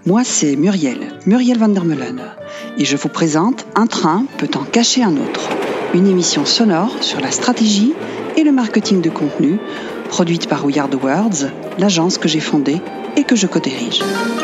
Moi, c'est Muriel van der Meulen, et je vous présente Un train peut en cacher un autre, une émission sonore sur la stratégie et le marketing de contenu, produite par We Are The Words, l'agence que j'ai fondée et que je co-dirige.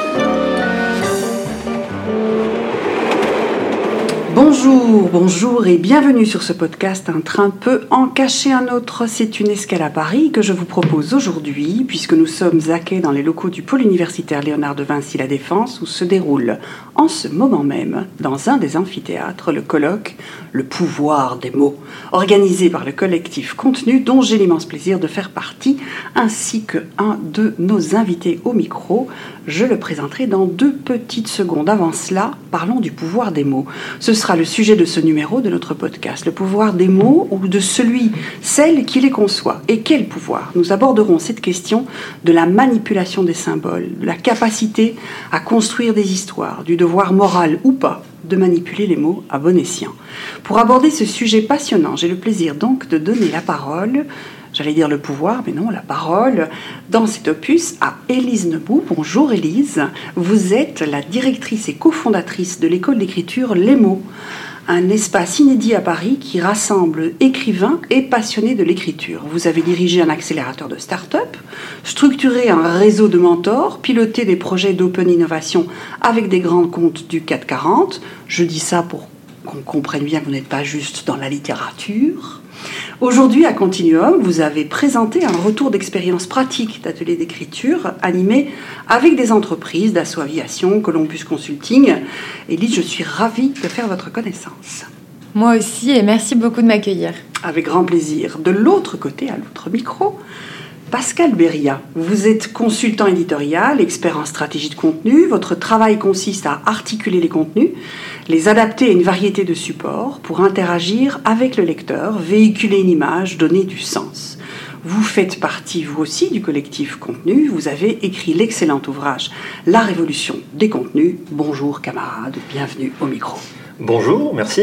Bonjour et bienvenue sur ce podcast Un train peut en cacher un autre. C'est une escale à Paris que je vous propose aujourd'hui, puisque nous sommes à quai dans les locaux du pôle universitaire Léonard de Vinci La Défense, où se déroule en ce moment même, dans un des amphithéâtres, le colloque Le pouvoir des mots, organisé par le collectif Contenu, dont j'ai l'immense plaisir de faire partie, ainsi que un de nos invités au micro. Je le présenterai dans 2 petites secondes. Avant cela, parlons du pouvoir des mots. Ce sera le sujet de ce numéro de notre podcast, le pouvoir des mots ou de celle qui les conçoit. Et quel pouvoir ? Nous aborderons cette question de la manipulation des symboles, de la capacité à construire des histoires, du devoir moral ou pas de manipuler les mots à bon escient. Pour aborder ce sujet passionnant, j'ai le plaisir donc de donner la parole, j'allais dire le pouvoir, mais non, la parole, dans cet opus à Élise Nebout. Bonjour Élise, vous êtes la directrice et cofondatrice de l'école d'écriture Les Mots, un espace inédit à Paris qui rassemble écrivains et passionnés de l'écriture. Vous avez dirigé un accélérateur de start-up, structuré un réseau de mentors, piloté des projets d'open innovation avec des grands comptes du CAC 40. Je dis ça pour qu'on comprenne bien que vous n'êtes pas juste dans la littérature. Aujourd'hui, à Continuum, vous avez présenté un retour d'expérience pratique d'ateliers d'écriture animés avec des entreprises, Dassault Aviation, Columbus Consulting. Élise, je suis ravie de faire votre connaissance. Moi aussi, et merci beaucoup de m'accueillir. Avec grand plaisir. De l'autre côté, à l'autre micro, Pascal Beria, vous êtes consultant éditorial, expert en stratégie de contenu. Votre travail consiste à articuler les contenus, les adapter à une variété de supports pour interagir avec le lecteur, véhiculer une image, donner du sens. Vous faites partie, vous aussi, du collectif Contenu. Vous avez écrit l'excellent ouvrage « La révolution des contenus ». Bonjour camarades, bienvenue au micro. Bonjour, merci.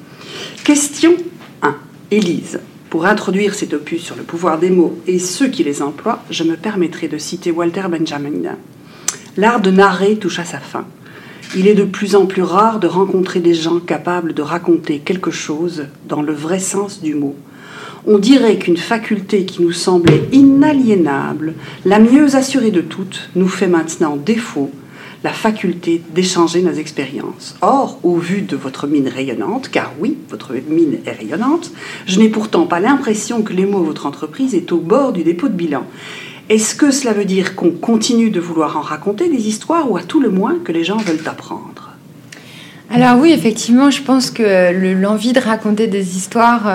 Question 1. Élise. Pour introduire cet opus sur le pouvoir des mots et ceux qui les emploient, je me permettrai de citer Walter Benjamin. L'art de narrer touche à sa fin. Il est de plus en plus rare de rencontrer des gens capables de raconter quelque chose dans le vrai sens du mot. On dirait qu'une faculté qui nous semblait inaliénable, la mieux assurée de toutes, nous fait maintenant défaut, la faculté d'échanger nos expériences. Or, au vu de votre mine rayonnante, car oui, votre mine est rayonnante, je n'ai pourtant pas l'impression que les mots de votre entreprise est au bord du dépôt de bilan. Est-ce que cela veut dire qu'on continue de vouloir en raconter des histoires ou à tout le moins que les gens veulent apprendre ? Alors oui, effectivement, je pense que l'envie de raconter des histoires,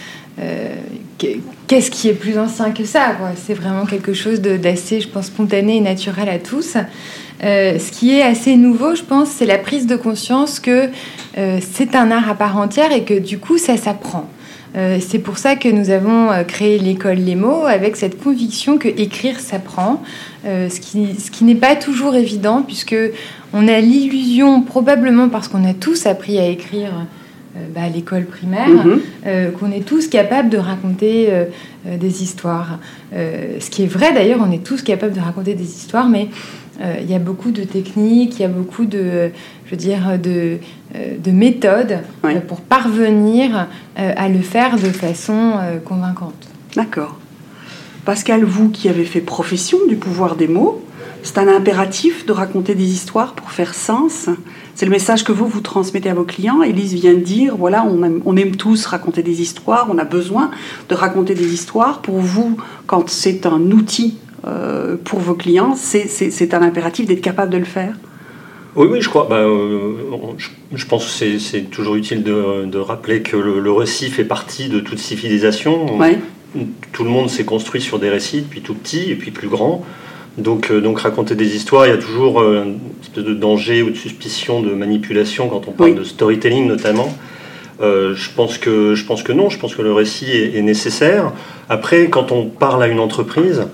qu'est-ce qui est plus ancien que ça, quoi ? C'est vraiment quelque chose d'assez, je pense, spontané et naturel à tous. Ce qui est assez nouveau, je pense, c'est la prise de conscience que c'est un art à part entière et que du coup, ça s'apprend. C'est pour ça que nous avons créé l'école Les Mots avec cette conviction que écrire s'apprend, ce qui n'est pas toujours évident puisque on a l'illusion, probablement parce qu'on a tous appris à écrire à l'école primaire, qu'on est tous capables de raconter des histoires. Ce qui est vrai d'ailleurs, on est tous capables de raconter des histoires, mais il y a beaucoup de techniques, il y a beaucoup de méthodes pour parvenir à le faire de façon convaincante. D'accord. Pascal, vous qui avez fait profession du pouvoir des mots, c'est un impératif de raconter des histoires pour faire sens. C'est le message que vous transmettez à vos clients. Élise vient de dire, voilà, on aime tous raconter des histoires, on a besoin de raconter des histoires. Pour vous, quand c'est un outil pour vos clients, c'est un impératif d'être capable de le faire ? Oui, je crois. Je pense que c'est toujours utile de rappeler que le récit fait partie de toute civilisation. Ouais. Tout le monde s'est construit sur des récits depuis tout petit et puis plus grand. Donc raconter des histoires, il y a toujours une espèce de danger ou de suspicion de manipulation quand on parle de storytelling notamment. Je pense que non, je pense que le récit est nécessaire. Après, quand on parle à une entreprise,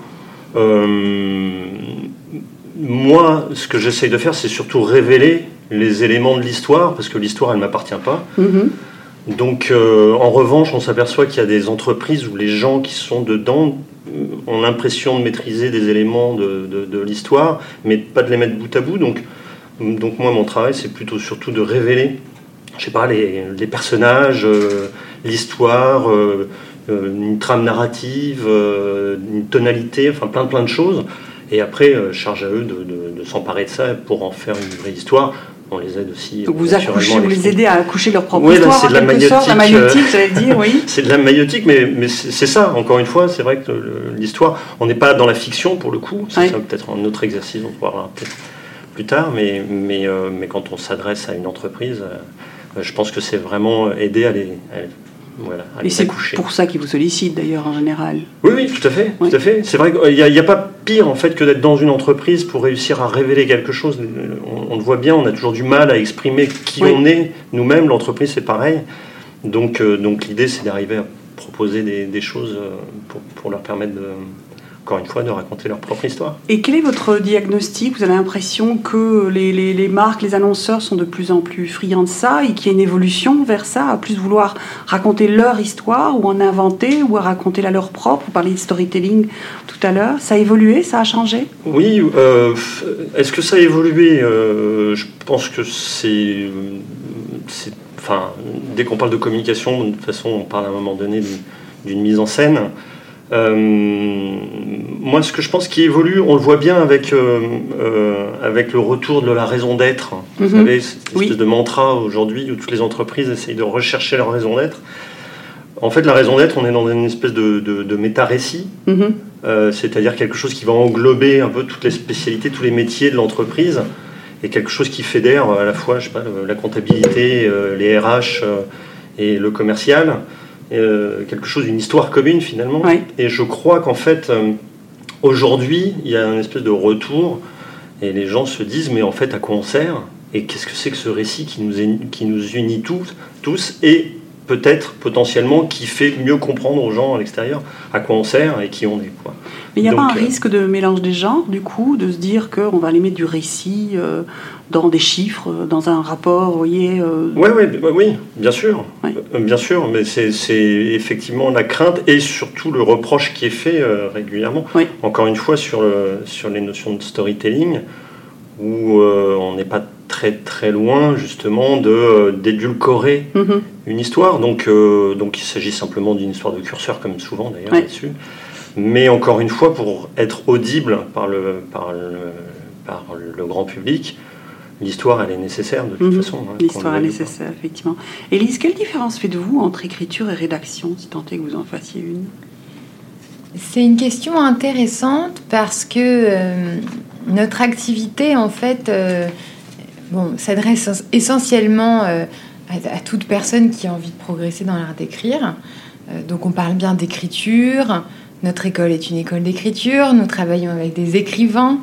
moi, ce que j'essaye de faire, c'est surtout révéler les éléments de l'histoire, parce que l'histoire, elle ne m'appartient pas. Donc, en revanche, on s'aperçoit qu'il y a des entreprises où les gens qui sont dedans ont l'impression de maîtriser des éléments de l'histoire, mais pas de les mettre bout à bout. Donc, Donc moi, mon travail, c'est plutôt surtout de révéler, je sais pas, les personnages, l'histoire, une trame narrative, une tonalité, enfin plein de choses. Et après, charge à eux de s'emparer de ça pour en faire une vraie histoire. On les aide aussi. Donc vous les aidez à accoucher leur propre histoire, c'est de la maïeutique. La maïeutique, j'allais dire, oui. C'est de la maïeutique, mais c'est ça, encore une fois, c'est vrai que l'histoire, on n'est pas dans la fiction pour le coup, c'est ça peut-être un autre exercice, on pourra peut-être plus tard, mais quand on s'adresse à une entreprise, je pense que c'est vraiment aider à les et accoucher. C'est pour ça qu'ils vous sollicitent d'ailleurs en général. Oui, tout à fait. Tout à fait. C'est vrai qu'il n'y a pas pire en fait que d'être dans une entreprise pour réussir à révéler quelque chose. On le voit bien, on a toujours du mal à exprimer qui on est nous-mêmes. L'entreprise, c'est pareil. Donc l'idée, c'est d'arriver à proposer des choses pour leur permettre encore une fois, de raconter leur propre histoire. Et quel est votre diagnostic ? Vous avez l'impression que les marques, les annonceurs sont de plus en plus friands de ça et qu'il y a une évolution vers ça, à plus vouloir raconter leur histoire ou en inventer ou à raconter la leur propre ? Vous parliez de storytelling tout à l'heure. Ça a évolué ? Ça a changé ? Oui. Est-ce que ça a évolué ? Je pense que c'est enfin, dès qu'on parle de communication, de toute façon, on parle à un moment donné d'une mise en scène. Moi, ce que je pense qui évolue, on le voit bien avec le retour de la raison d'être. Vous savez, cette espèce de mantra aujourd'hui où toutes les entreprises essayent de rechercher leur raison d'être. En fait, la raison d'être, on est dans une espèce de méta-récit, c'est-à-dire quelque chose qui va englober un peu toutes les spécialités, tous les métiers de l'entreprise, et quelque chose qui fédère à la fois, je sais pas, la comptabilité, les RH et le commercial. Quelque chose, une histoire commune finalement. Et je crois qu'en fait, aujourd'hui, il y a une espèce de retour et les gens se disent mais en fait à quoi on sert ? Et qu'est-ce que c'est que ce récit qui nous unit tous et peut-être potentiellement qui fait mieux comprendre aux gens à l'extérieur à quoi on sert et qui on est, quoi. Mais il n'y a pas un risque de mélange des genres, du coup, de se dire qu'on va aller mettre du récit dans des chiffres, dans un rapport, vous voyez Oui, bien sûr. Oui. Bien sûr, mais c'est effectivement la crainte et surtout le reproche qui est fait régulièrement. Oui. Encore une fois, sur les notions de storytelling, où on n'est pas très très loin justement d'édulcorer une histoire. Donc il s'agit simplement d'une histoire de curseur, comme souvent d'ailleurs là-dessus. Mais encore une fois, pour être audible par le grand public, l'histoire, elle est nécessaire de toute façon. L'histoire est nécessaire, effectivement. Élise, quelle différence faites-vous entre écriture et rédaction, si tant est que vous en fassiez une ? C'est une question intéressante parce que notre activité, en fait, s'adresse essentiellement à toute personne qui a envie de progresser dans l'art d'écrire. Donc on parle bien d'écriture. Notre école est une école d'écriture. Nous travaillons avec des écrivains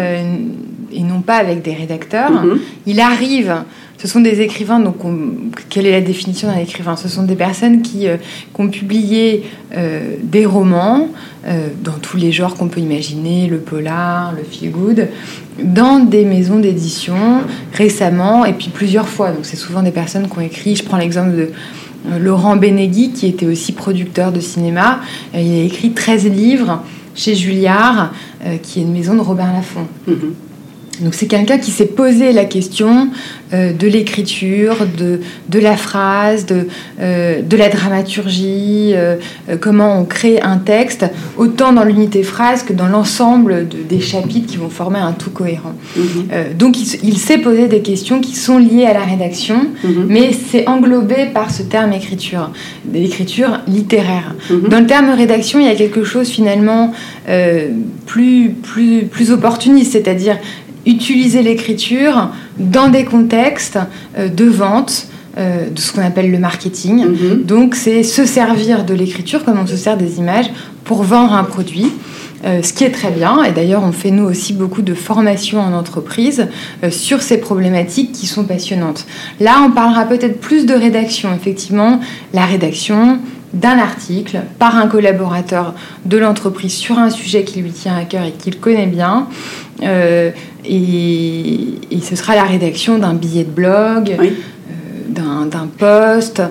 et non pas avec des rédacteurs. Il arrive, ce sont des écrivains, donc quelle est la définition d'un écrivain ? Ce sont des personnes qui ont publié des romans dans tous les genres qu'on peut imaginer, le polar, le feel-good, dans des maisons d'édition récemment et puis plusieurs fois. Donc c'est souvent des personnes qui ont écrit, je prends l'exemple de Laurent Benegui, qui était aussi producteur de cinéma. Il a écrit 13 livres chez Julliard, qui est une maison de Robert Laffont. Donc c'est quelqu'un qui s'est posé la question de l'écriture, de la phrase, de la dramaturgie, comment on crée un texte, autant dans l'unité phrase que dans l'ensemble des chapitres qui vont former un tout cohérent. Donc il s'est posé des questions qui sont liées à la rédaction, mais c'est englobé par ce terme écriture, l'écriture littéraire. Dans le terme rédaction, il y a quelque chose finalement plus opportuniste, c'est-à-dire utiliser l'écriture dans des contextes de vente, de ce qu'on appelle le marketing. Donc, c'est se servir de l'écriture comme on se sert des images pour vendre un produit, ce qui est très bien. Et d'ailleurs, on fait nous aussi beaucoup de formations en entreprise sur ces problématiques qui sont passionnantes. Là, on parlera peut-être plus de rédaction. Effectivement, la rédaction d'un article par un collaborateur de l'entreprise sur un sujet qui lui tient à cœur et qu'il connaît bien. Et ce sera la rédaction d'un billet de blog, d'un post,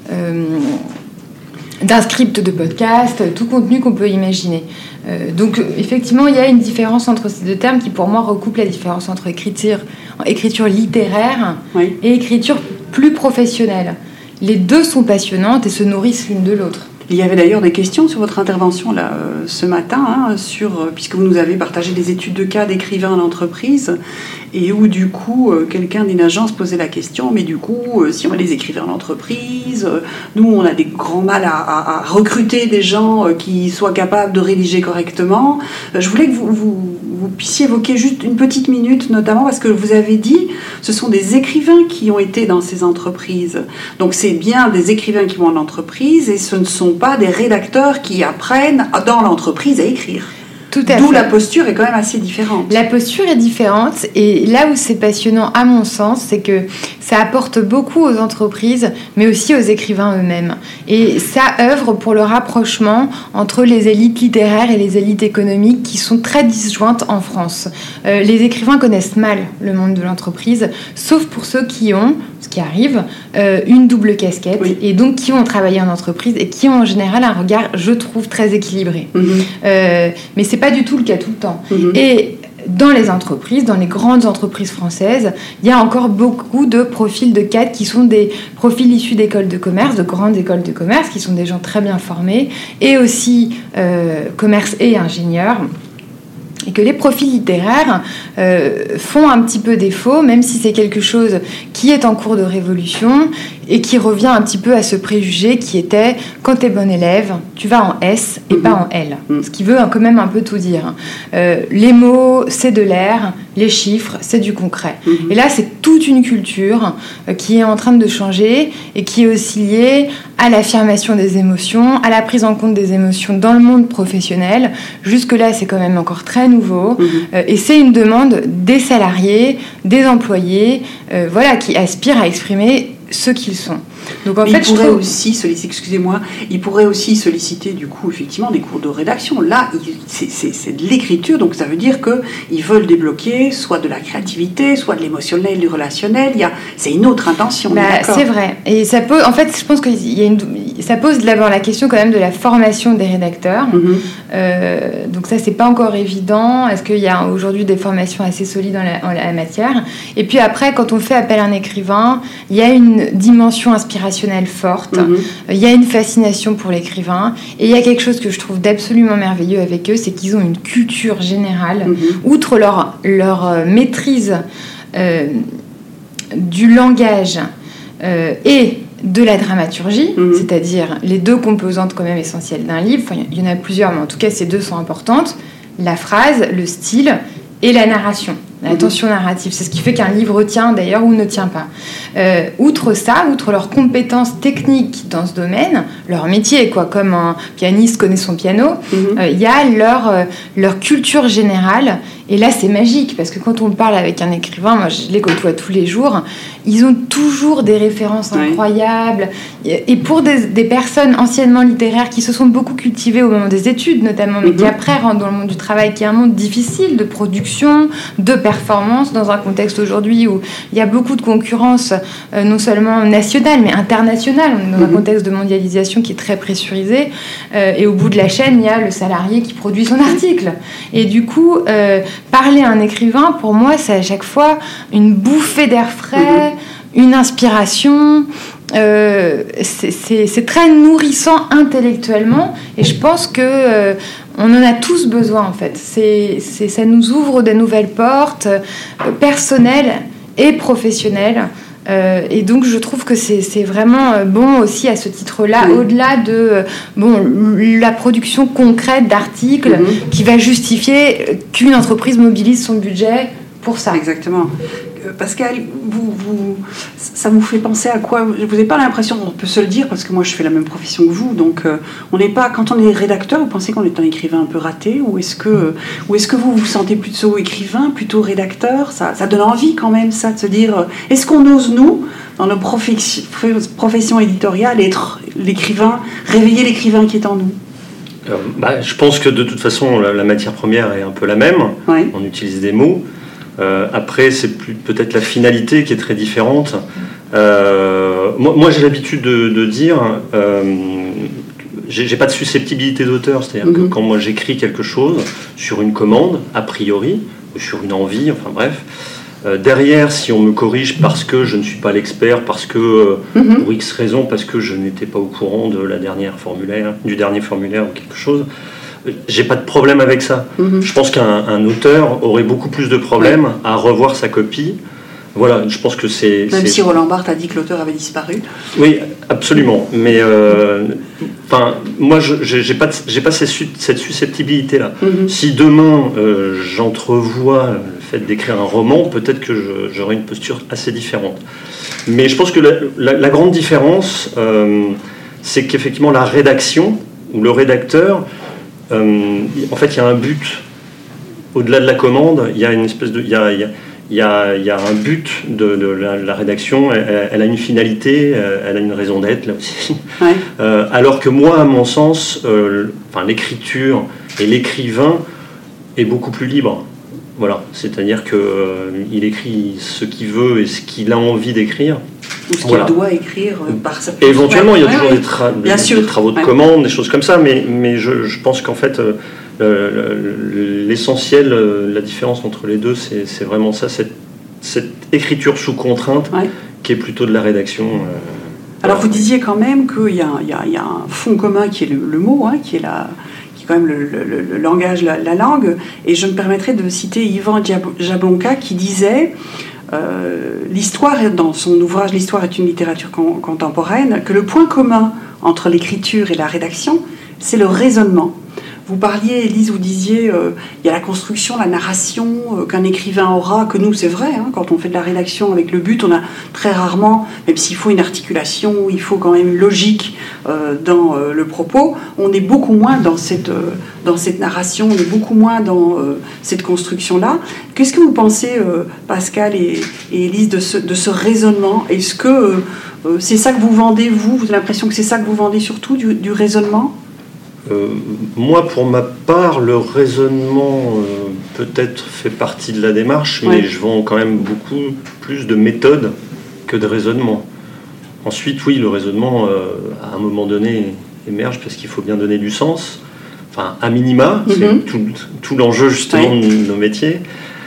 d'un script de podcast, tout contenu qu'on peut imaginer. Donc effectivement, il y a une différence entre ces deux termes qui pour moi recoupe la différence entre écriture littéraire Oui. et écriture plus professionnelle. Les deux sont passionnantes et se nourrissent l'une de l'autre. Il y avait d'ailleurs des questions sur votre intervention là, ce matin, puisque vous nous avez partagé des études de cas d'écrivains en entreprise, et où du coup, quelqu'un d'une agence posait la question, mais du coup, si on a des écrivains en entreprise, nous, on a des grands mal à recruter des gens qui soient capables de rédiger correctement. Je voulais que vous puissiez évoquer juste une petite minute, notamment parce que vous avez dit, ce sont des écrivains qui ont été dans ces entreprises. Donc c'est bien des écrivains qui vont en entreprise, et ce ne sont pas des rédacteurs qui apprennent dans l'entreprise à écrire. Tout à D'où fait. la posture est quand même assez différente. La posture est différente, et là où c'est passionnant à mon sens, c'est que ça apporte beaucoup aux entreprises, mais aussi aux écrivains eux-mêmes. Et ça œuvre pour le rapprochement entre les élites littéraires et les élites économiques qui sont très disjointes en France. Les écrivains connaissent mal le monde de l'entreprise, sauf pour ceux qui ont, ce qui arrive, une double casquette, oui. et donc qui ont travaillé en entreprise et qui ont en général un regard, je trouve, très équilibré. Mais c'est pas du tout le cas tout le temps. Et dans les entreprises, dans les grandes entreprises françaises, il y a encore beaucoup de profils de cadres qui sont des profils issus d'écoles de commerce, de grandes écoles de commerce, qui sont des gens très bien formés, et aussi commerce et ingénieurs. Et que les profils littéraires font un petit peu défaut, même si c'est quelque chose qui est en cours de révolution et qui revient un petit peu à ce préjugé qui était quand t'es bon élève, tu vas en S et pas en L. Ce qui veut quand même un peu tout dire. Les mots, c'est de l'air, les chiffres, c'est du concret. Et là, c'est toute une culture qui est en train de changer et qui est aussi liée à l'affirmation des émotions, à la prise en compte des émotions dans le monde professionnel. Jusque-là, c'est quand même encore très nouveau. Et c'est une demande des salariés, des employés, qui aspirent à exprimer ce qu'ils sont. Donc en fait, il pourrait aussi solliciter du coup effectivement des cours de rédaction. Là, c'est de l'écriture, donc ça veut dire qu'ils veulent débloquer soit de la créativité, soit de l'émotionnel, du relationnel. C'est une autre intention. C'est vrai. Et ça pose, en fait, je pense que ça pose d'abord la question quand même de la formation des rédacteurs. Donc ça, c'est pas encore évident. Est-ce qu'il y a aujourd'hui des formations assez solides en la matière? Et puis après, quand on fait appel à un écrivain, il y a une dimension inspirationnelle forte, il y a une fascination pour l'écrivain, et il y a quelque chose que je trouve d'absolument merveilleux avec eux, c'est qu'ils ont une culture générale, outre leur maîtrise du langage et de la dramaturgie, c'est-à-dire les deux composantes quand même essentielles d'un livre. Enfin, il y en a plusieurs, mais en tout cas ces deux sont importantes, la phrase, le style et la narration. La tension narrative, c'est ce qui fait qu'un livre tient d'ailleurs ou ne tient pas. Outre ça, outre leurs compétences techniques dans ce domaine, leur métier, comme un pianiste connaît son piano, il y a leur culture générale. Et là, c'est magique, parce que quand on parle avec un écrivain, moi je les côtoie tous les jours, ils ont toujours des références incroyables. Et pour des personnes anciennement littéraires qui se sont beaucoup cultivées au moment des études notamment, mais qui après rentrent dans le monde du travail, qui est un monde difficile de production, de performance, dans un contexte aujourd'hui où il y a beaucoup de concurrence, non seulement nationale, mais internationale. On est dans un contexte de mondialisation qui est très pressurisé. Et au bout de la chaîne, il y a le salarié qui produit son article. Et du coup, parler à un écrivain, pour moi, c'est à chaque fois une bouffée d'air frais, une inspiration. C'est très nourrissant intellectuellement, et je pense que on en a tous besoin en fait. Ça nous ouvre de nouvelles portes personnelles et professionnelles. Et donc je trouve que c'est vraiment bon aussi à ce titre-là, au-delà de la production concrète d'articles qui va justifier qu'une entreprise mobilise son budget pour ça. Exactement. Pascal, ça vous fait penser à quoi? Vous n'avez pas l'impression, on peut se le dire, parce que moi je fais la même profession que vous, donc on n'est pas, quand on est rédacteur, vous pensez qu'on est un écrivain un peu raté, ou est-ce que vous vous sentez plutôt écrivain, plutôt rédacteur? Ça donne envie quand même, ça, de se dire, est-ce qu'on ose, nous, dans nos professions éditoriales, être l'écrivain, réveiller l'écrivain qui est en nous? Je pense que de toute façon la matière première est un peu la même, on utilise des mots. Après, c'est peut-être la finalité qui est très différente. Moi, j'ai l'habitude de dire, j'ai pas de susceptibilité d'auteur, c'est-à-dire que quand moi j'écris quelque chose sur une commande, a priori, ou sur une envie, enfin bref, Derrière, si on me corrige parce que je ne suis pas l'expert, parce que pour X raison, parce que je n'étais pas au courant de du dernier formulaire ou quelque chose, j'ai pas de problème avec ça. Je pense qu'un auteur aurait beaucoup plus de problèmes à revoir sa copie. Voilà, je pense que c'est... Même si Roland Barthes a dit que l'auteur avait disparu. Oui, absolument. Mais moi, j'ai pas cette susceptibilité-là. Si demain, j'entrevois le fait d'écrire un roman, peut-être que j'aurai une posture assez différente. Mais je pense que la grande différence, c'est qu'effectivement, la rédaction, ou le rédacteur, en fait, il y a un but. Au-delà de la commande, il y a une espèce de... Il y a un but de la rédaction, elle a une finalité, elle a une raison d'être, là aussi. Ouais. Alors que moi, à mon sens, l'écriture et l'écrivain est beaucoup plus libre. Voilà, c'est-à-dire qu'il écrit ce qu'il veut et ce qu'il a envie d'écrire. Ou ce qu'il doit écrire par sa... Et éventuellement, il y a toujours des travaux de commande, des choses comme ça, mais je pense qu'en fait... l'essentiel, la différence entre les deux, c'est vraiment ça, cette écriture sous contrainte qui est plutôt de la rédaction. Alors vous disiez quand même qu'il y a un fond commun qui est le mot, qui est quand même le langage, la langue, et je me permettrai de citer Ivan Jablonka qui disait l'histoire, dans son ouvrage « L'histoire est une littérature contemporaine », que le point commun entre l'écriture et la rédaction, c'est le raisonnement. Vous parliez, Élise, vous disiez, il y a la construction, la narration qu'un écrivain aura, que nous, c'est vrai, quand on fait de la rédaction avec le but, on a très rarement, même s'il faut une articulation, il faut quand même une logique dans le propos, on est beaucoup moins dans cette narration, on est beaucoup moins dans cette construction-là. Qu'est-ce que vous pensez, Pascal et Élise, de ce raisonnement ? Est-ce que c'est ça que vous vendez, vous avez l'impression que c'est ça que vous vendez surtout, du raisonnement ? Moi, pour ma part, le raisonnement peut-être fait partie de la démarche, mais je vends quand même beaucoup plus de méthode que de raisonnement. Ensuite, oui, le raisonnement, à un moment donné, émerge parce qu'il faut bien donner du sens. Enfin, à minima, c'est tout l'enjeu justement de nos métiers.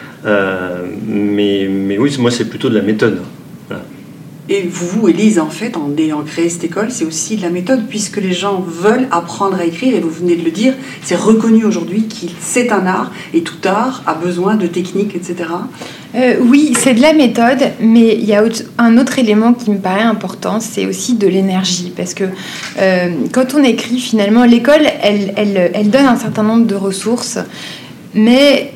Mais oui, moi, c'est plutôt de la méthode. Voilà. Et vous, Élise, en fait, en ayant créé cette école, c'est aussi de la méthode, puisque les gens veulent apprendre à écrire, et vous venez de le dire, c'est reconnu aujourd'hui que c'est un art, et tout art a besoin de techniques, etc. Oui, c'est de la méthode, mais il y a un autre élément qui me paraît important, c'est aussi de l'énergie, parce que quand on écrit, finalement, l'école, elle donne un certain nombre de ressources, mais...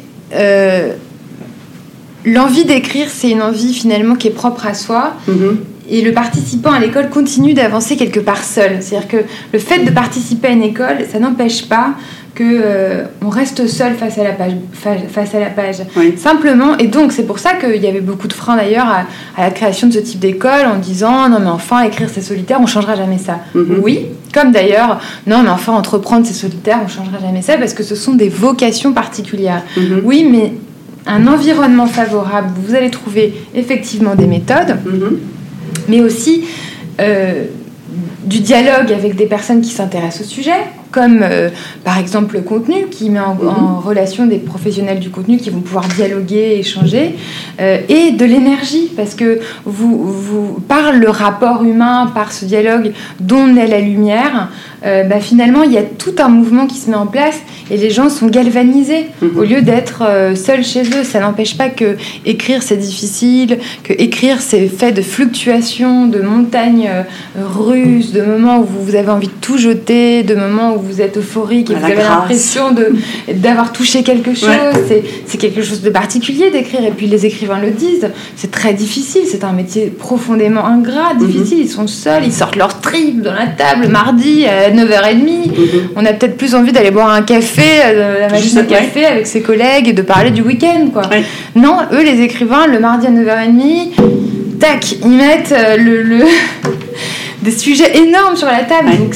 l'envie d'écrire, c'est une envie finalement qui est propre à soi. Et le participant à l'école continue d'avancer quelque part seul. C'est-à-dire que le fait de participer à une école, ça n'empêche pas qu'on reste seul face à la page. Oui. Simplement, et donc c'est pour ça qu'il y avait beaucoup de freins d'ailleurs à la création de ce type d'école, en disant non mais enfin écrire c'est solitaire, on ne changera jamais ça. Oui, comme d'ailleurs non mais enfin entreprendre c'est solitaire, on ne changera jamais ça, parce que ce sont des vocations particulières. Oui, mais un environnement favorable, vous allez trouver effectivement des méthodes, mais aussi du dialogue avec des personnes qui s'intéressent au sujet, comme par exemple le contenu, qui met en relation des professionnels du contenu qui vont pouvoir dialoguer, échanger, et de l'énergie, parce que par le rapport humain, par ce dialogue dont on est la lumière, finalement il y a tout un mouvement qui se met en place et les gens sont galvanisés au lieu d'être seuls chez eux. Ça n'empêche pas que écrire c'est difficile, que écrire c'est fait de fluctuations, de montagnes russes, de moments où vous avez envie de tout jeter, de moments où vous êtes euphorique et vous avez l'impression d'avoir touché quelque chose. C'est quelque chose de particulier d'écrire, et puis les écrivains le disent, c'est très difficile, c'est un métier profondément ingrat, difficile, ils sont seuls, ils sortent leur tripes dans la table mardi à 9h30, on a peut-être plus envie d'aller boire un café, la machine à café avec ses collègues et de parler du week-end, quoi. Non, eux les écrivains, le mardi à 9h30, tac, ils mettent des sujets énormes sur la table, donc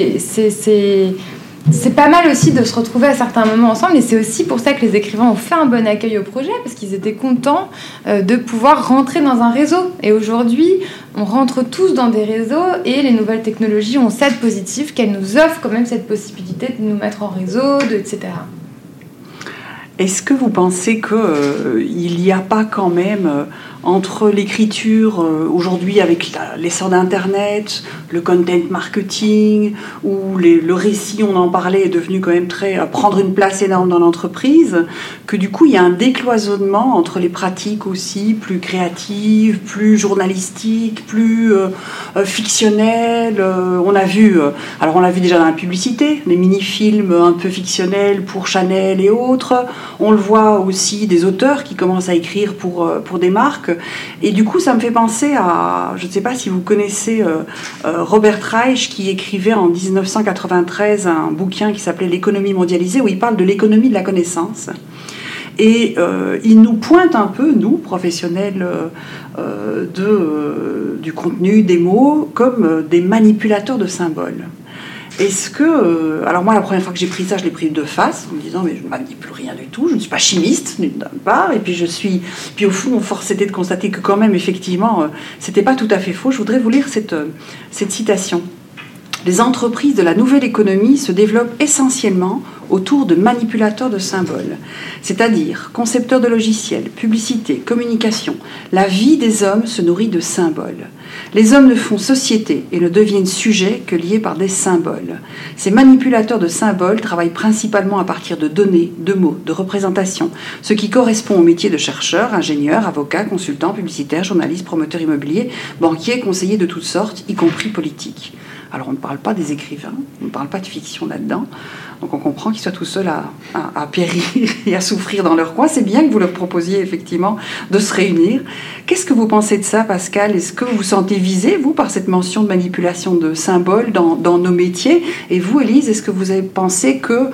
c'est pas mal aussi de se retrouver à certains moments ensemble, et c'est aussi pour ça que les écrivains ont fait un bon accueil au projet, parce qu'ils étaient contents de pouvoir rentrer dans un réseau. Et aujourd'hui, on rentre tous dans des réseaux, et les nouvelles technologies ont cette positive qu'elles nous offrent quand même cette possibilité de nous mettre en réseau, etc. Est-ce que vous pensez qu'il n'y a pas quand même, entre l'écriture aujourd'hui avec l'essor d'Internet, le content marketing, ou le récit, on en parlait, est devenu quand même prendre une place énorme dans l'entreprise, que du coup il y a un décloisonnement entre les pratiques aussi plus créatives, plus journalistiques, plus fictionnelles. On l'a vu déjà dans la publicité, les mini-films un peu fictionnels pour Chanel et autres. On le voit aussi des auteurs qui commencent à écrire pour des marques. Et du coup, ça me fait penser à... Je ne sais pas si vous connaissez Robert Reich, qui écrivait en 1993 un bouquin qui s'appelait « L'économie mondialisée », où il parle de l'économie de la connaissance. Et il nous pointe un peu, nous, professionnels du contenu, des mots, comme des manipulateurs de symboles. Est-ce que... alors moi, la première fois que j'ai pris ça, je l'ai pris de face, en me disant, mais je ne manipule rien du tout, je ne suis pas chimiste, d'une part, et puis Puis au fond, force était de constater que quand même, effectivement, c'était pas tout à fait faux. Je voudrais vous lire cette citation. Les entreprises de la nouvelle économie se développent essentiellement autour de manipulateurs de symboles, c'est-à-dire concepteurs de logiciels, publicité, communication. La vie des hommes se nourrit de symboles. Les hommes ne font société et ne deviennent sujets que liés par des symboles. Ces manipulateurs de symboles travaillent principalement à partir de données, de mots, de représentations, ce qui correspond au métier de chercheur, ingénieur, avocat, consultant, publicitaire, journaliste, promoteur immobilier, banquier, conseiller de toutes sortes, y compris politique. Alors on ne parle pas des écrivains, on ne parle pas de fiction là-dedans, donc on comprend qu'ils soient tout seuls à périr et à souffrir dans leur coin. C'est bien que vous leur proposiez effectivement de se réunir. Qu'est-ce que vous pensez de ça, Pascal? Est-ce que vous vous sentez visé, vous, par cette mention de manipulation de symboles dans nos métiers? Et vous, Élise, est-ce que vous avez pensé que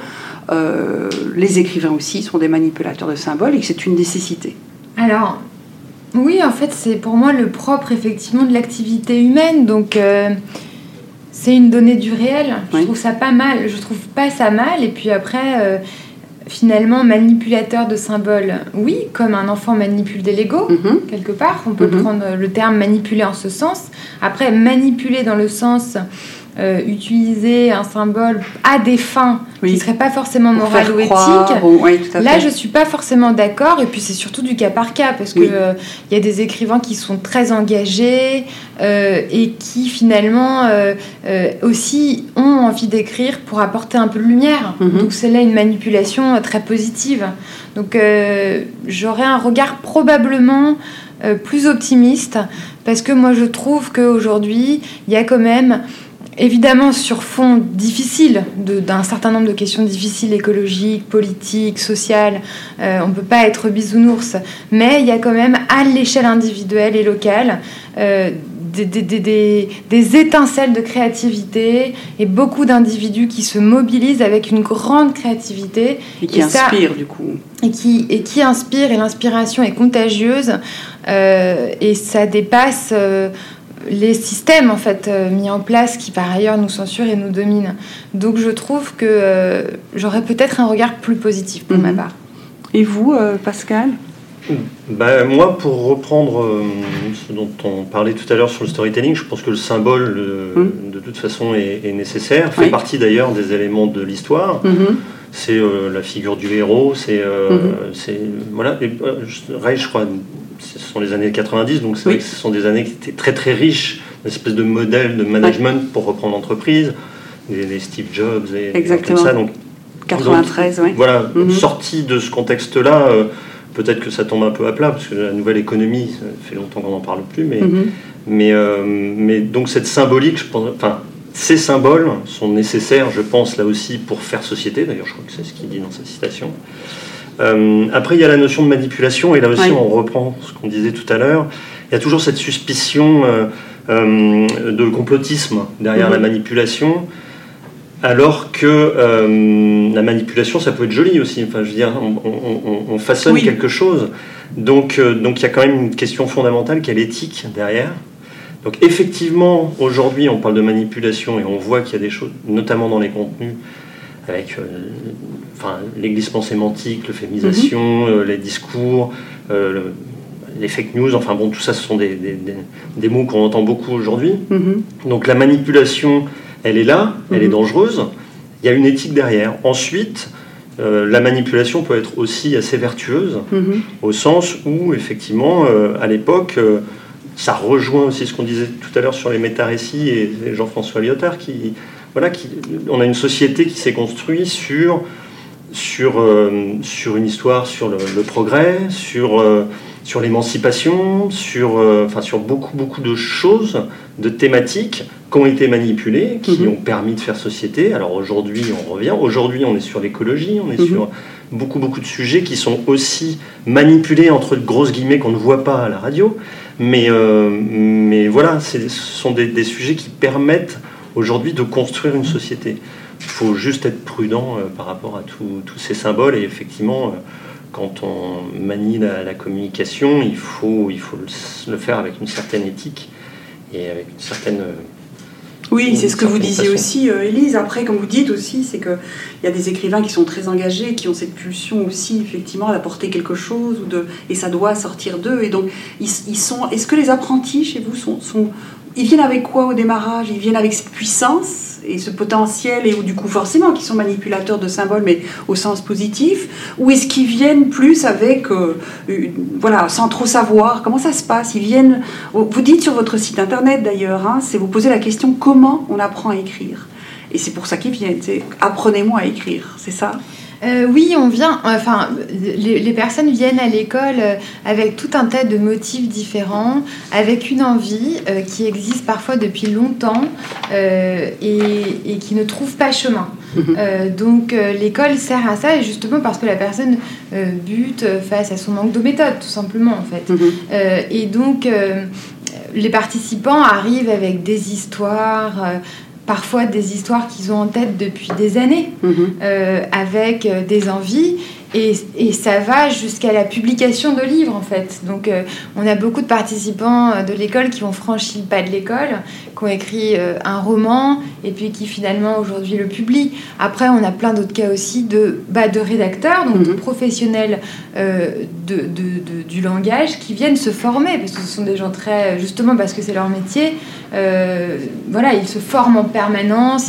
les écrivains aussi sont des manipulateurs de symboles et que c'est une nécessité? Alors, oui, en fait, c'est pour moi le propre, effectivement, de l'activité humaine, donc... c'est une donnée du réel. Je trouve ça pas mal. Je trouve pas ça mal. Et puis après, finalement, manipulateur de symboles, oui, comme un enfant manipule des Legos, quelque part. On peut prendre le terme manipuler en ce sens. Après, manipuler dans le sens utiliser un symbole à des fins qui ne seraient pas forcément morales ou éthiques. Là, je ne suis pas forcément d'accord. Et puis, c'est surtout du cas par cas. Parce qu'il y a des écrivains qui sont très engagés et qui, finalement, aussi ont envie d'écrire pour apporter un peu de lumière. Donc, c'est là une manipulation très positive. Donc, j'aurais un regard probablement plus optimiste. Parce que moi, je trouve qu'aujourd'hui, il y a quand même... évidemment, sur fond difficile, d'un certain nombre de questions difficiles, écologiques, politiques, sociales, on ne peut pas être bisounours, mais il y a quand même, à l'échelle individuelle et locale, des étincelles de créativité et beaucoup d'individus qui se mobilisent avec une grande créativité. Et qui inspirent, du coup. Et qui inspirent, et l'inspiration est contagieuse, et ça dépasse... les systèmes en fait mis en place qui par ailleurs nous censurent et nous dominent. Donc je trouve que j'aurais peut-être un regard plus positif pour ma part. Et vous, Pascal? Moi, pour reprendre ce dont on parlait tout à l'heure sur le storytelling, je pense que le symbole de toute façon est nécessaire, fait partie d'ailleurs des éléments de l'histoire. C'est la figure du héros, c'est voilà. Reich, je crois, ce sont les années 90, donc c'est vrai que ce sont des années qui étaient très très riches, une espèce de modèle de management pour reprendre l'entreprise, les Steve Jobs et comme ça. Donc 93, oui. Voilà, sorti de ce contexte-là, peut-être que ça tombe un peu à plat parce que la nouvelle économie, ça fait longtemps qu'on n'en parle plus, mais donc cette symbolique, je pense, enfin. Ces symboles sont nécessaires, je pense, là aussi, pour faire société. D'ailleurs, je crois que c'est ce qu'il dit dans sa citation. Après, il y a la notion de manipulation, et là aussi, on reprend ce qu'on disait tout à l'heure. Il y a toujours cette suspicion de complotisme derrière la manipulation, alors que la manipulation, ça peut être joli aussi. Enfin, je veux dire, on façonne quelque chose. Donc, il y a quand même une question fondamentale qui est l'éthique derrière. Donc effectivement, aujourd'hui, on parle de manipulation et on voit qu'il y a des choses, notamment dans les contenus, avec les glissements sémantiques, l'euphémisation, les discours, les fake news, enfin bon, tout ça, ce sont des mots qu'on entend beaucoup aujourd'hui. Donc la manipulation, elle est là, elle est dangereuse, il y a une éthique derrière. Ensuite, la manipulation peut être aussi assez vertueuse, au sens où, effectivement, à l'époque, ça rejoint aussi ce qu'on disait tout à l'heure sur les méta-récits et Jean-François Lyotard, on a une société qui s'est construite sur une histoire, sur le progrès, sur l'émancipation, sur beaucoup de choses, de thématiques qui ont été manipulées, qui ont permis de faire société. Alors aujourd'hui, aujourd'hui on est sur l'écologie, on est sur beaucoup de sujets qui sont aussi manipulés entre grosses guillemets qu'on ne voit pas à la radio, mais voilà, ce sont des sujets qui permettent aujourd'hui de construire une société. Il faut juste être prudent par rapport à tous ces symboles, et effectivement, quand on manie la communication, il faut le faire avec une certaine éthique et avec une certaine... Oui, c'est ce que vous disiez aussi, Élise. Après, comme vous dites aussi, c'est qu'il y a des écrivains qui sont très engagés, qui ont cette pulsion aussi, effectivement, d'apporter quelque chose, et ça doit sortir d'eux. Et donc, est-ce que les apprentis, chez vous, ils viennent avec quoi au démarrage ? Ils viennent avec cette puissance et ce potentiel, et du coup forcément qui sont manipulateurs de symboles, mais au sens positif, ou est-ce qu'ils viennent plus avec, sans trop savoir comment ça se passe ? Ils viennent, vous dites sur votre site internet d'ailleurs, c'est vous posez la question comment on apprend à écrire, et c'est pour ça qu'ils viennent, c'est apprenez-moi à écrire, c'est ça ? Oui, les personnes viennent à l'école avec tout un tas de motifs différents, avec une envie qui existe parfois depuis longtemps et qui ne trouve pas chemin. Donc l'école sert à ça, et justement parce que la personne bute face à son manque de méthode, tout simplement en fait. Et donc les participants arrivent avec des histoires... parfois des histoires qu'ils ont en tête depuis des années, avec des envies, et ça va jusqu'à la publication de livres en fait. Donc on a beaucoup de participants de l'école qui ont franchi le pas de l'école, qui ont écrit un roman, et puis qui finalement aujourd'hui le publient. Après on a plein d'autres cas aussi de rédacteurs, donc de professionnels du langage, qui viennent se former, parce que ce sont des gens justement parce que c'est leur métier, ils se forment en permanence,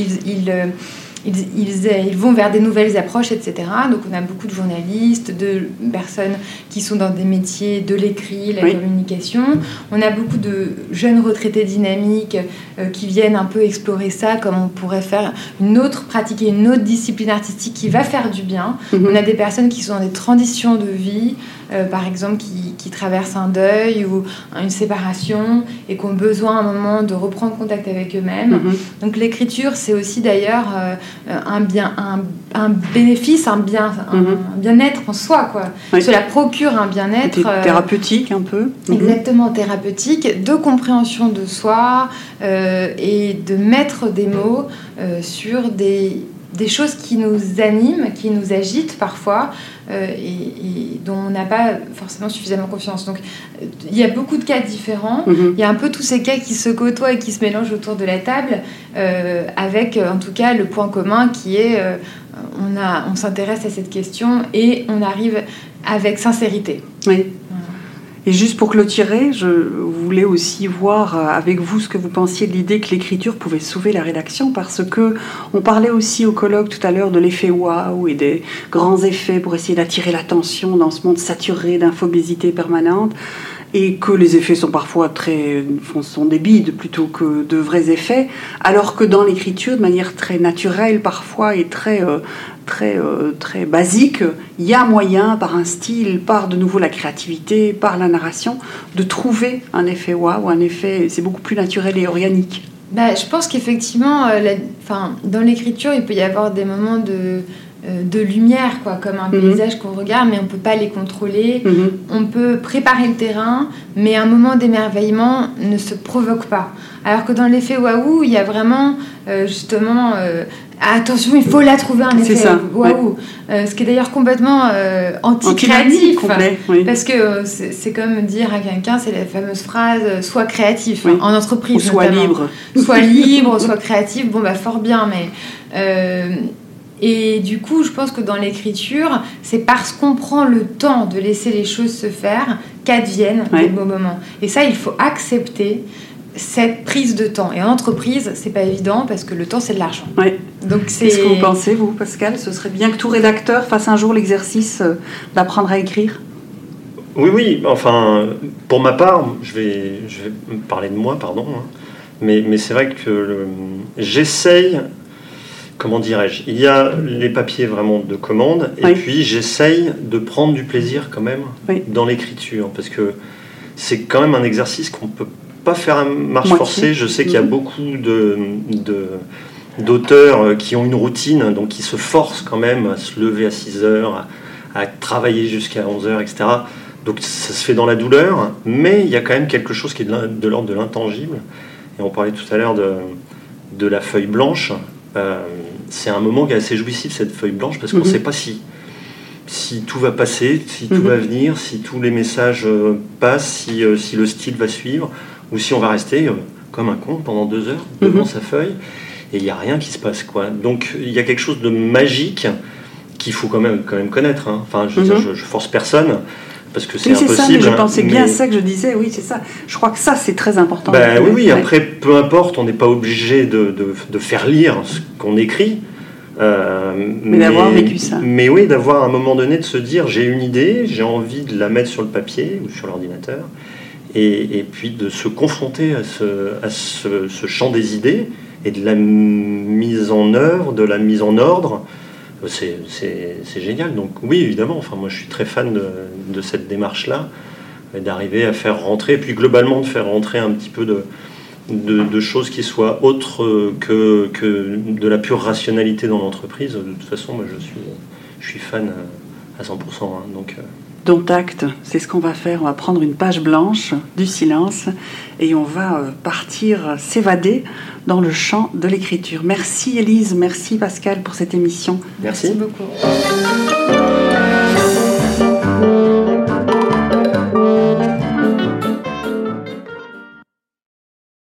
ils vont vers des nouvelles approches, etc. Donc on a beaucoup de journalistes, de personnes qui sont dans des métiers de l'écrit, la communication. On a beaucoup de jeunes retraités dynamiques qui viennent un peu explorer ça, comme on pourrait pratiquer une autre discipline artistique qui va faire du bien. On a des personnes qui sont dans des transitions de vie, par exemple qui traversent un deuil ou une séparation, et qui ont besoin à un moment de reprendre contact avec eux-mêmes. Donc l'écriture, c'est aussi d'ailleurs un bénéfice, un bien-être en soi, quoi. Cela procure un bien-être thérapeutique un peu. Exactement, thérapeutique, de compréhension de soi, et de mettre des mots sur des choses qui nous animent, qui nous agitent parfois, et dont on n'a pas forcément suffisamment confiance. Donc il y a beaucoup de cas différents, il y a un peu tous ces cas qui se côtoient et qui se mélangent autour de la table, avec en tout cas le point commun qui est on s'intéresse à cette question et on arrive avec sincérité. Oui. Et juste pour clôturer, je voulais aussi voir avec vous ce que vous pensiez de l'idée que l'écriture pouvait sauver la rédaction, parce que on parlait aussi au colloque tout à l'heure de l'effet waouh et des grands effets pour essayer d'attirer l'attention dans ce monde saturé d'infobésité permanente, et que les effets sont parfois sont des bides plutôt que de vrais effets, alors que dans l'écriture, de manière très naturelle parfois et très basique, il y a moyen, par un style, par de nouveau la créativité, par la narration, de trouver un effet waouh, un effet, c'est beaucoup plus naturel et organique. Je pense qu'effectivement, dans l'écriture, il peut y avoir des moments de lumière, quoi, comme un paysage qu'on regarde, mais on ne peut pas les contrôler. On peut préparer le terrain, mais un moment d'émerveillement ne se provoque pas. Alors que dans l'effet waouh, il y a vraiment justement attention, il faut là trouver un effet waouh, ce qui est d'ailleurs complètement anti-créatif, parce que c'est comme dire à quelqu'un, c'est la fameuse phrase sois créatif, en entreprise, ou sois libre, sois créatif. Fort bien, mais et du coup, je pense que dans l'écriture, c'est parce qu'on prend le temps de laisser les choses se faire qu'adviennent des beaux moments. Et ça, il faut accepter cette prise de temps. Et en entreprise, c'est pas évident parce que le temps, c'est de l'argent. Oui. Donc Qu'est-ce que vous pensez, vous, Pascal? Ce serait bien que tout rédacteur fasse un jour l'exercice d'apprendre à écrire? Oui, enfin, pour ma part, je vais parler de moi, pardon, hein, mais c'est vrai que j'essaye, comment dirais-je, il y a les papiers vraiment de commande, et puis j'essaye de prendre du plaisir quand même dans l'écriture, parce que c'est quand même un exercice qu'on peut pas faire à marche forcée. Je sais qu'il y a beaucoup d'auteurs qui ont une routine, donc qui se forcent quand même à se lever à 6 heures, à travailler jusqu'à 11 heures, etc. Donc ça se fait dans la douleur, mais il y a quand même quelque chose qui est de l'ordre de l'intangible. Et on parlait tout à l'heure de la feuille blanche. C'est un moment qui est assez jouissif, cette feuille blanche, parce qu'on ne sait pas si tout va passer, si tout va venir, si tous les messages passent, si le style va suivre, ou si on va rester comme un con pendant 2 heures devant sa feuille, et il n'y a rien qui se passe, quoi. Donc il y a quelque chose de magique qu'il faut quand même connaître, hein. Enfin, je veux dire, je force personne, parce que c'est impossible. Ça, mais je pensais bien à ça que je disais, oui, c'est ça. Je crois que ça, c'est très important. Oui, après, peu importe, on n'est pas obligé de faire lire ce qu'on écrit. Mais d'avoir vécu ça. Mais oui, d'avoir à un moment donné de se dire, j'ai une idée, j'ai envie de la mettre sur le papier ou sur l'ordinateur, et puis de se confronter à ce champ des idées et de la mise en œuvre, de la mise en ordre. C'est génial. Donc oui, évidemment, enfin, moi je suis très fan de cette démarche-là, d'arriver à faire rentrer, et puis globalement de faire rentrer un petit peu de choses qui soient autres que de la pure rationalité dans l'entreprise. De toute façon, moi je suis fan à 100%. Hein, donc Dont acte, c'est ce qu'on va faire. On va prendre une page blanche du silence et on va partir s'évader dans le champ de l'écriture. Merci Élise, merci Pascal pour cette émission. Merci beaucoup.